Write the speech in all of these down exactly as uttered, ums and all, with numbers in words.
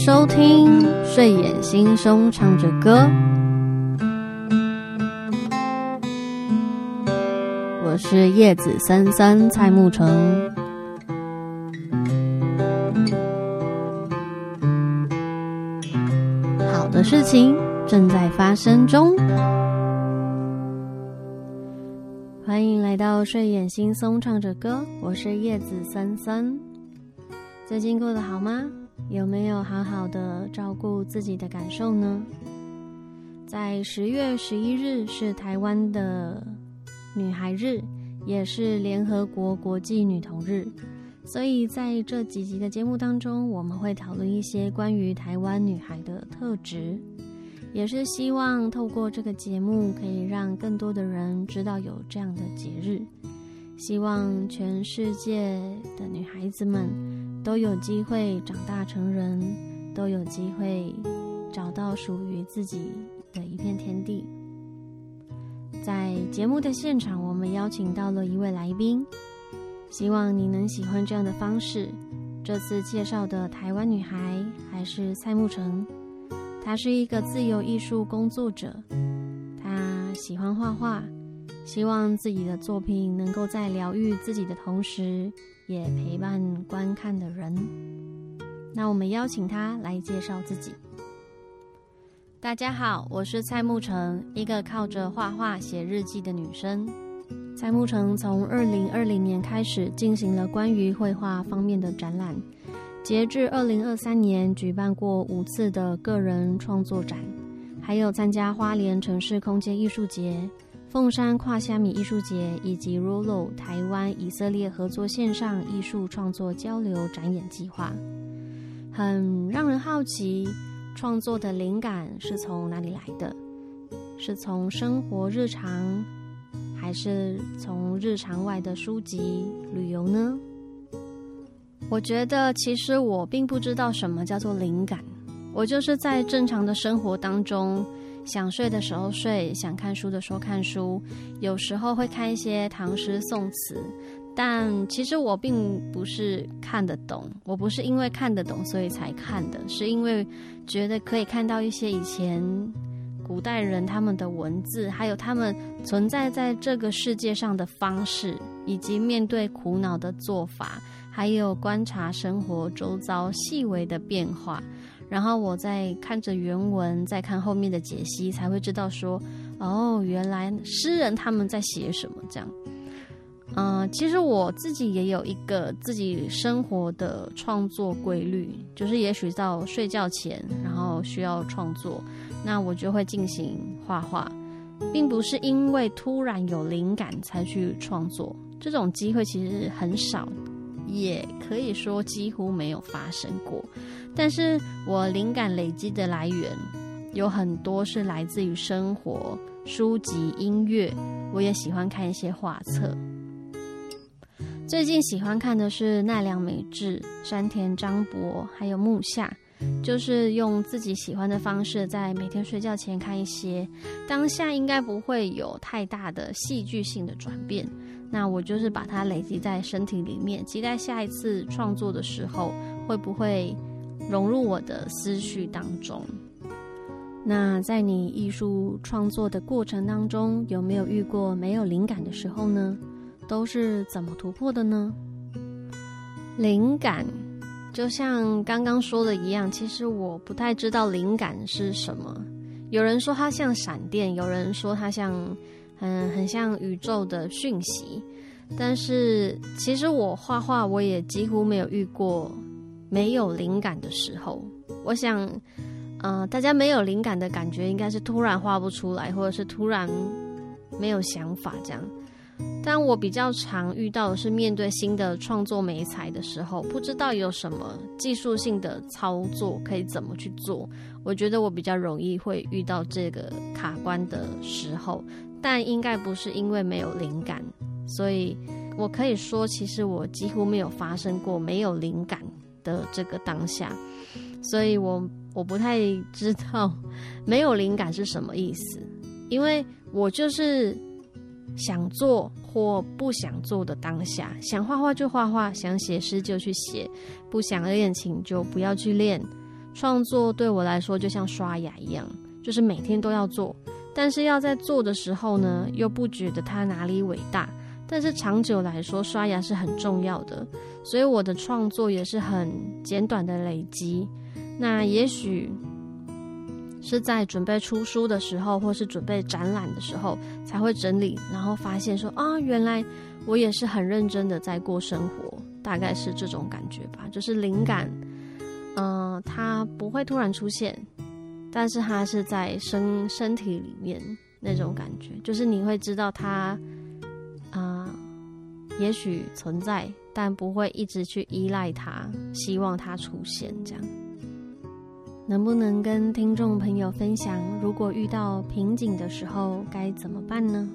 收听睡眼惺忪唱着歌，我是叶子森森蔡慕成。好的事情正在发生中，欢迎来到睡眼惺忪唱着歌，我是叶子森森。最近过得好吗？有没有好好的照顾自己的感受呢？在十月十一日是台湾的女孩日，也是联合国国际女童日，所以在这几集的节目当中，我们会讨论一些关于台湾女孩的特质，也是希望透过这个节目可以让更多的人知道有这样的节日，希望全世界的女孩子们都有机会长大成人，都有机会找到属于自己的一片天地。在节目的现场，我们邀请到了一位来宾，希望你能喜欢这样的方式。这次介绍的台湾女孩还是蔡慕成，她是一个自由艺术工作者，她喜欢画画，希望自己的作品能够在疗愈自己的同时也陪伴观看的人。那我们邀请她来介绍自己。大家好，我是蔡慕成，一个靠着画画写日记的女生。蔡慕成从二零二零年开始进行了关于绘画方面的展览，截至二零二三年举办过五次的个人创作展，还有参加花莲城市空间艺术节、凤山跨虾米艺术节以及 R O L O 台湾以色列合作线上艺术创作交流展演计划。很让人好奇，创作的灵感是从哪里来的？是从生活日常，还是从日常外的书籍、旅游呢？我觉得其实我并不知道什么叫做灵感，我就是在正常的生活当中，想睡的时候睡，想看书的时候看书，有时候会看一些唐诗宋词，但其实我并不是看得懂，我不是因为看得懂所以才看的，是因为觉得可以看到一些以前古代人他们的文字，还有他们存在在这个世界上的方式，以及面对苦恼的做法，还有观察生活周遭细微的变化，然后我在看着原文，再看后面的解析，才会知道说，哦，原来诗人他们在写什么这样。呃，其实我自己也有一个自己生活的创作规律，就是也许到睡觉前，然后需要创作，那我就会进行画画，并不是因为突然有灵感才去创作，这种机会其实很少，也可以说几乎没有发生过。但是我灵感累积的来源有很多是来自于生活、书籍、音乐，我也喜欢看一些画册。最近喜欢看的是奈良美智、山田章博还有木下，就是用自己喜欢的方式在每天睡觉前看一些，当下应该不会有太大的戏剧性的转变，那我就是把它累积在身体里面，期待下一次创作的时候会不会融入我的思绪当中。那在你艺术创作的过程当中，有没有遇过没有灵感的时候呢？都是怎么突破的呢？灵感就像刚刚说的一样，其实我不太知道灵感是什么。有人说它像闪电，有人说它像很很像宇宙的讯息，但是其实我画画我也几乎没有遇过没有灵感的时候。我想呃，大家没有灵感的感觉应该是突然画不出来，或者是突然没有想法这样。但我比较常遇到的是面对新的创作媒材的时候，不知道有什么技术性的操作可以怎么去做，我觉得我比较容易会遇到这个卡关的时候，但应该不是因为没有灵感，所以我可以说其实我几乎没有发生过没有灵感的这个当下，所以我我不太知道没有灵感是什么意思，因为我就是想做或不想做的当下，想画画就画画，想写诗就去写，不想练琴就不要去练， 创作对我来说就像刷牙一样，就是每天都要做，但是要在做的时候呢，又不觉得它哪里伟大，但是长久来说，刷牙是很重要的，所以我的创作也是很简短的累积。那也许是在准备出书的时候，或是准备展览的时候才会整理，然后发现说啊，原来我也是很认真的在过生活，大概是这种感觉吧。就是灵感呃，它不会突然出现，但是它是在身身体里面那种感觉，就是你会知道它啊、呃，也许存在，但不会一直去依赖它，希望它出现这样。能不能跟听众朋友分享，如果遇到瓶颈的时候该怎么办呢？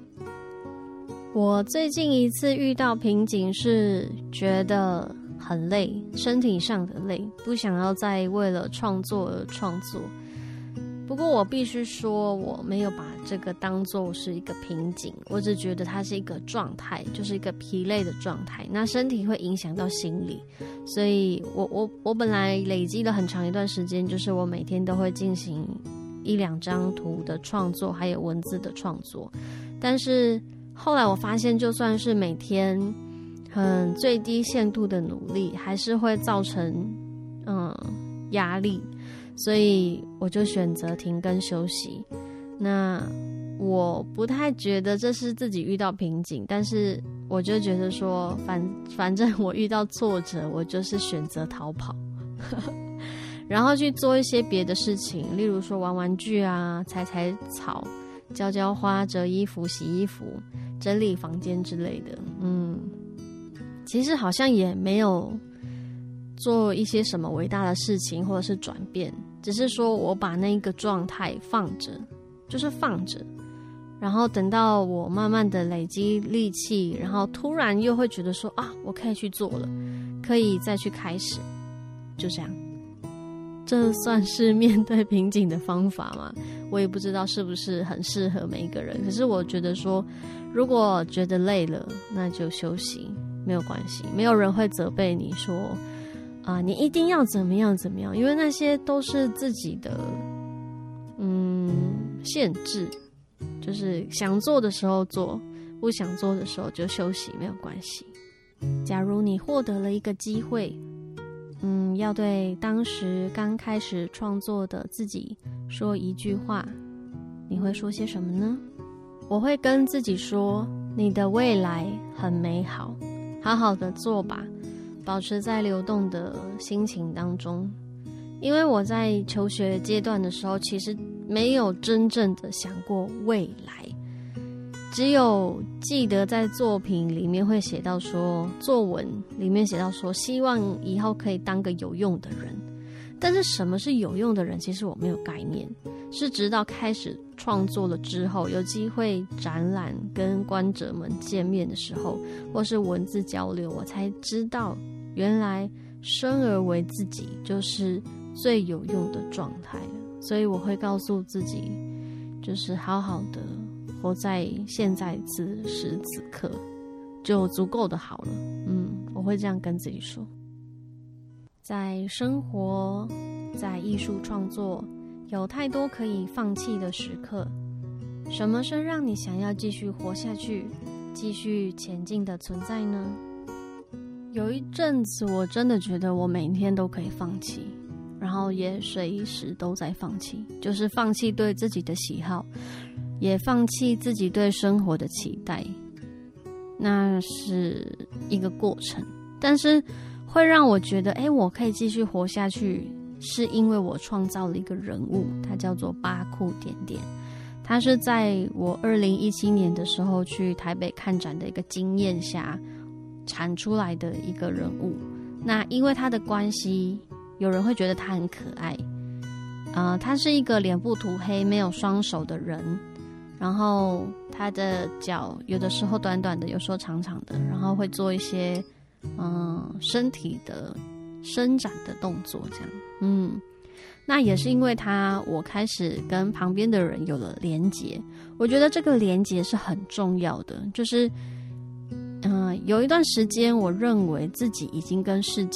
我最近一次遇到瓶颈是觉得很累，身体上的累，不想要再为了创作而创作。不过我必须说，我没有把这个当作是一个瓶颈，我只觉得它是一个状态，就是一个疲累的状态。那身体会影响到心理，所以我我我本来累积了很长一段时间，就是我每天都会进行一两张图的创作，还有文字的创作。但是后来我发现，就算是每天很最低限度的努力，还是会造成嗯压力。所以我就选择停更休息。那我不太觉得这是自己遇到瓶颈，但是我就觉得说反反正我遇到挫折，我就是选择逃跑然后去做一些别的事情，例如说玩玩具啊，采采草，浇浇花，折衣服，洗衣服，整理房间之类的。嗯，其实好像也没有做一些什么伟大的事情或者是转变，只是说我把那个状态放着，就是放着，然后等到我慢慢的累积力气，然后突然又会觉得说啊，我可以去做了，可以再去开始，就这样。这算是面对瓶颈的方法吗？我也不知道是不是很适合每一个人，可是我觉得说，如果觉得累了，那就休息，没有关系，没有人会责备你说啊、呃，你一定要怎么样怎么样，因为那些都是自己的嗯限制，就是想做的时候做，不想做的时候就休息，没有关系。假如你获得了一个机会，嗯，要对当时刚开始创作的自己说一句话，你会说些什么呢？我会跟自己说，你的未来很美好，好好的做吧，保持在流动的心情当中。因为我在求学阶段的时候，其实没有真正的想过未来，只有记得在作品里面会写到说，作文里面写到说，希望以后可以当个有用的人。但是什么是有用的人，其实我没有概念，是直到开始创作了之后，有机会展览跟观者们见面的时候，或是文字交流，我才知道原来生而为自己就是最有用的状态了。所以我会告诉自己，就是好好的活在现在此时此刻，就足够的好了。嗯，我会这样跟自己说。在生活，在艺术创作，有太多可以放弃的时刻。什么是让你想要继续活下去，继续前进的存在呢？有一阵子我真的觉得我每天都可以放弃，然后也随时都在放弃，就是放弃对自己的喜好，也放弃自己对生活的期待。那是一个过程，但是会让我觉得诶，我可以继续活下去，是因为我创造了一个人物，他叫做八库点点。他是在我二零一七年的时候去台北看展的一个经验下产出来的一个人物。那因为他的关系，有人会觉得他很可爱。呃，他是一个脸部涂黑、没有双手的人，然后他的脚有的时候短短的，有时候长长的，然后会做一些嗯身体的伸展的动作，这样。嗯，那也是因为他，我开始跟旁边的人有了连结。我觉得这个连结是很重要的，就是嗯、呃，有一段时间我认为自己已经跟世界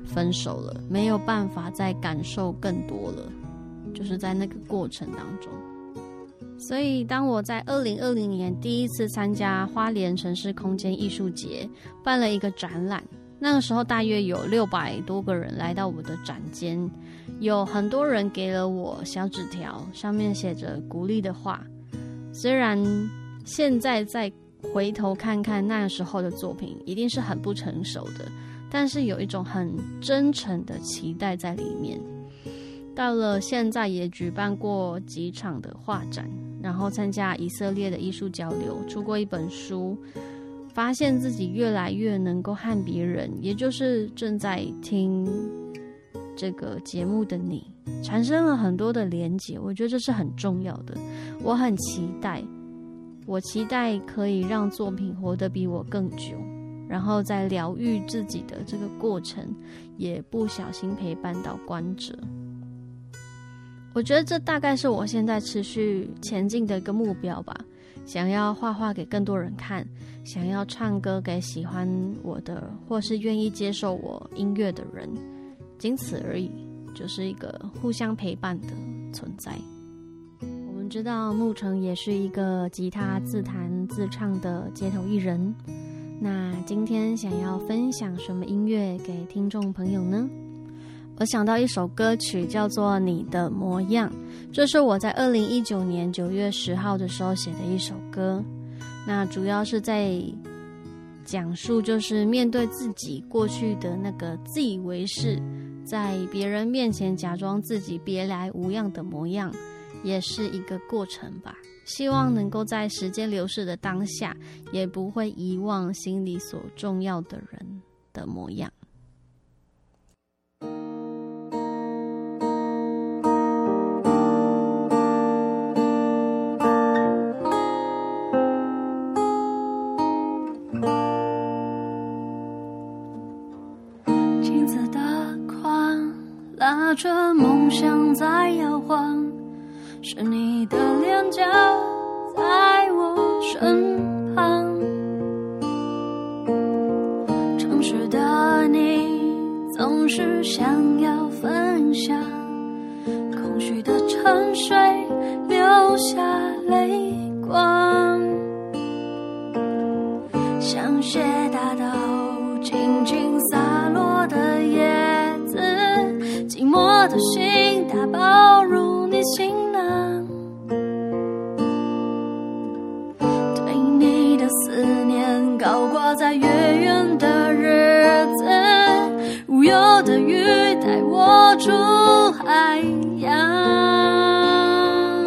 分手了，没有办法再感受更多了，就是在那个过程当中。所以当我在二零二零年第一次参加花莲城市空间艺术节，办了一个展览，那个时候大约有六百多个人来到我的展间，有很多人给了我小纸条，上面写着鼓励的话。虽然现在再回头看看那时候的作品一定是很不成熟的，但是有一种很真诚的期待在里面。到了现在也举办过几场的画展，然后参加以色列的艺术交流，出过一本书，发现自己越来越能够和别人，也就是正在听这个节目的你，产生了很多的连结。我觉得这是很重要的，我很期待我期待可以让作品活得比我更久，然后在疗愈自己的这个过程也不小心陪伴到观者。我觉得这大概是我现在持续前进的一个目标吧，想要画画给更多人看，想要唱歌给喜欢我的或是愿意接受我音乐的人，仅此而已，就是一个互相陪伴的存在。我们知道牧城也是一个吉他自弹自唱的街头艺人，那今天想要分享什么音乐给听众朋友呢？我想到一首歌曲叫做《你的模样》，这是我在二零一九年九月十号的时候写的一首歌。那主要是在讲述，就是面对自己过去的那个自以为是，在别人面前假装自己别来无恙的模样，也是一个过程吧。希望能够在时间流逝的当下，也不会遗忘心里所重要的人的模样。 拉着梦想在摇晃，是你的脸颊在我身旁，城市的你总是想要分享，空虚的沉睡留下泪光，像谢大道静静洒落的叶子，寂寞的心打包入你行囊，对你的思念高挂在远远的日子，无忧的雨带我出海洋，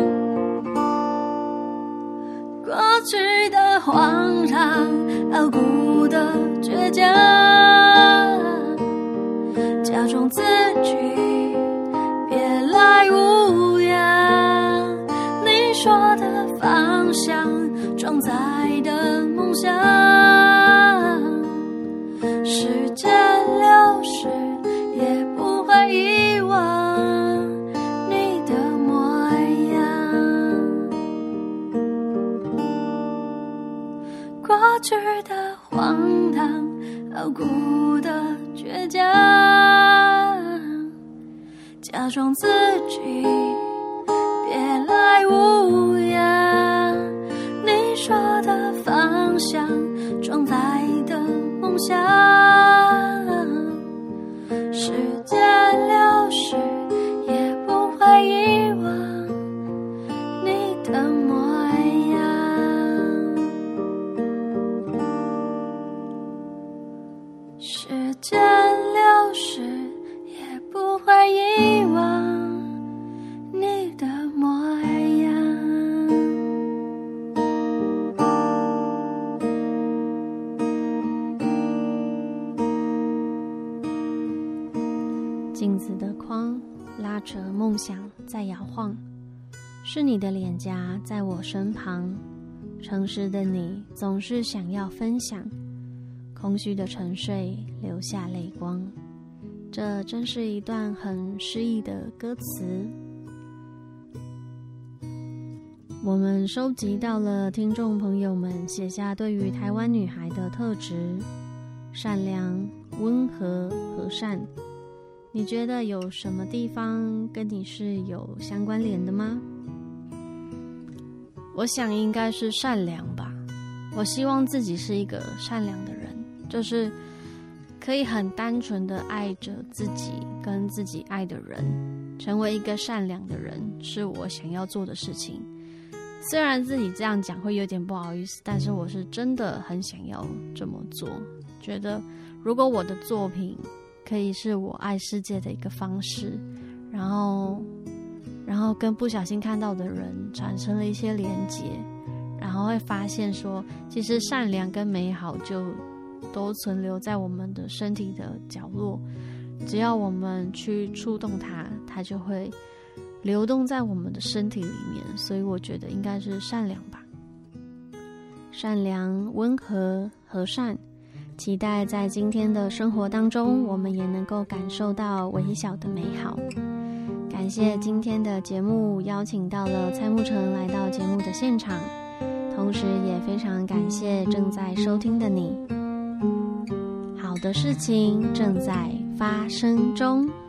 过去的荒唐，傲骨的倔强，假装自己别来无恙，你说的方向，装载的梦想，时间流逝也不会遗忘你的模样，过去的荒唐，傲骨的倔强，假装自己别来无恙，你说的方向，装载的梦想，时间流逝也不会遗忘你的模样，时间流逝也不会遗忘你的模样。 镜子的框拉扯梦想在摇晃，是你的脸颊在我身旁，诚实的你总是想要分享，空虚的沉睡留下泪光。这真是一段很诗意的歌词。我们收集到了听众朋友们写下对于台湾女孩的特质：善良、温和、和善、 你觉得有什么地方跟你是有相关联的吗？我想应该是善良吧。我希望自己是一个善良的人，就是可以很单纯的爱着自己跟自己爱的人，成为一个善良的人是我想要做的事情。虽然自己这样讲会有点不好意思，但是我是真的很想要这么做。觉得如果我的作品可以是我爱世界的一个方式，然后然后跟不小心看到的人产生了一些连结，然后会发现说其实善良跟美好就都存留在我们的身体的角落，只要我们去触动它，它就会流动在我们的身体里面。所以我觉得应该是善良吧，善良、温和、和善。期待在今天的生活当中，我们也能够感受到微小的美好。感谢今天的节目邀请到了蔡慕辰来到节目的现场，同时也非常感谢正在收听的你。好的事情正在发生中。